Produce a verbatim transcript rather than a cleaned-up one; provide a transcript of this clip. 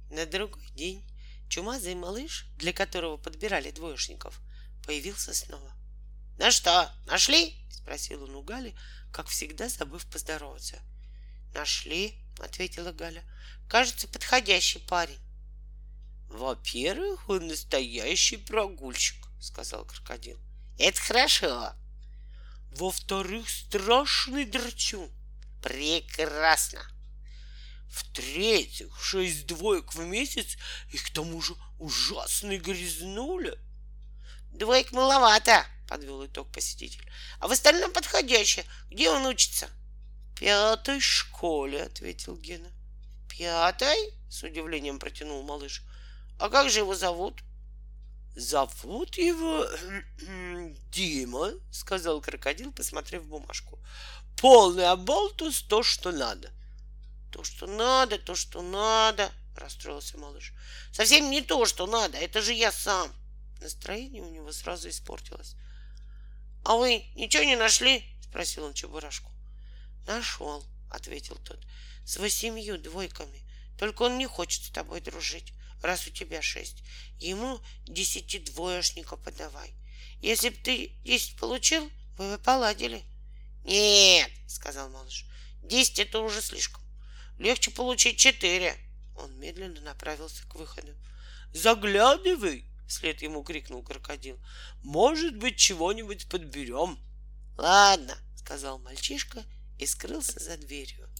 На другой день чумазый малыш, для которого подбирали двоечников, появился снова. «Ну что, нашли?» — спросил он у Гали, как всегда забыв поздороваться. «Нашли», — ответила Галя. «Кажется, подходящий парень». «Во-первых, он настоящий прогульщик», — сказал крокодил. «Это хорошо». «Во-вторых, страшный драчун». «Прекрасно». «В-третьих, шесть двоек в месяц и к тому же ужасный грязнуля». «Двоек маловато», — подвел итог посетитель. «А в остальном подходящее. Где он учится?» «В пятой школе», — ответил Гена. «Пятой?» — с удивлением протянул малыш. «А как же его зовут?» «Зовут его Дима», — сказал крокодил, посмотрев бумажку. «Полный оболтус, то, что надо». «То, что надо, то, что надо», — расстроился малыш. «Совсем не то, что надо, это же я сам». Настроение у него сразу испортилось. «А вы ничего не нашли?» — спросил он Чебурашку. «Нашел», — ответил тот, — «с восемью двойками. Только он не хочет с тобой дружить, раз у тебя шесть. Ему десятидвоечника подавай. Если б ты десять получил, вы бы поладили». «Нет», — сказал малыш, — «десять — это уже слишком. Легче получить четыре». Он медленно направился к выходу. «Заглядывай!» — вслед ему крикнул крокодил. «Может быть, чего-нибудь подберем». «Ладно», — сказал мальчишка и скрылся за дверью.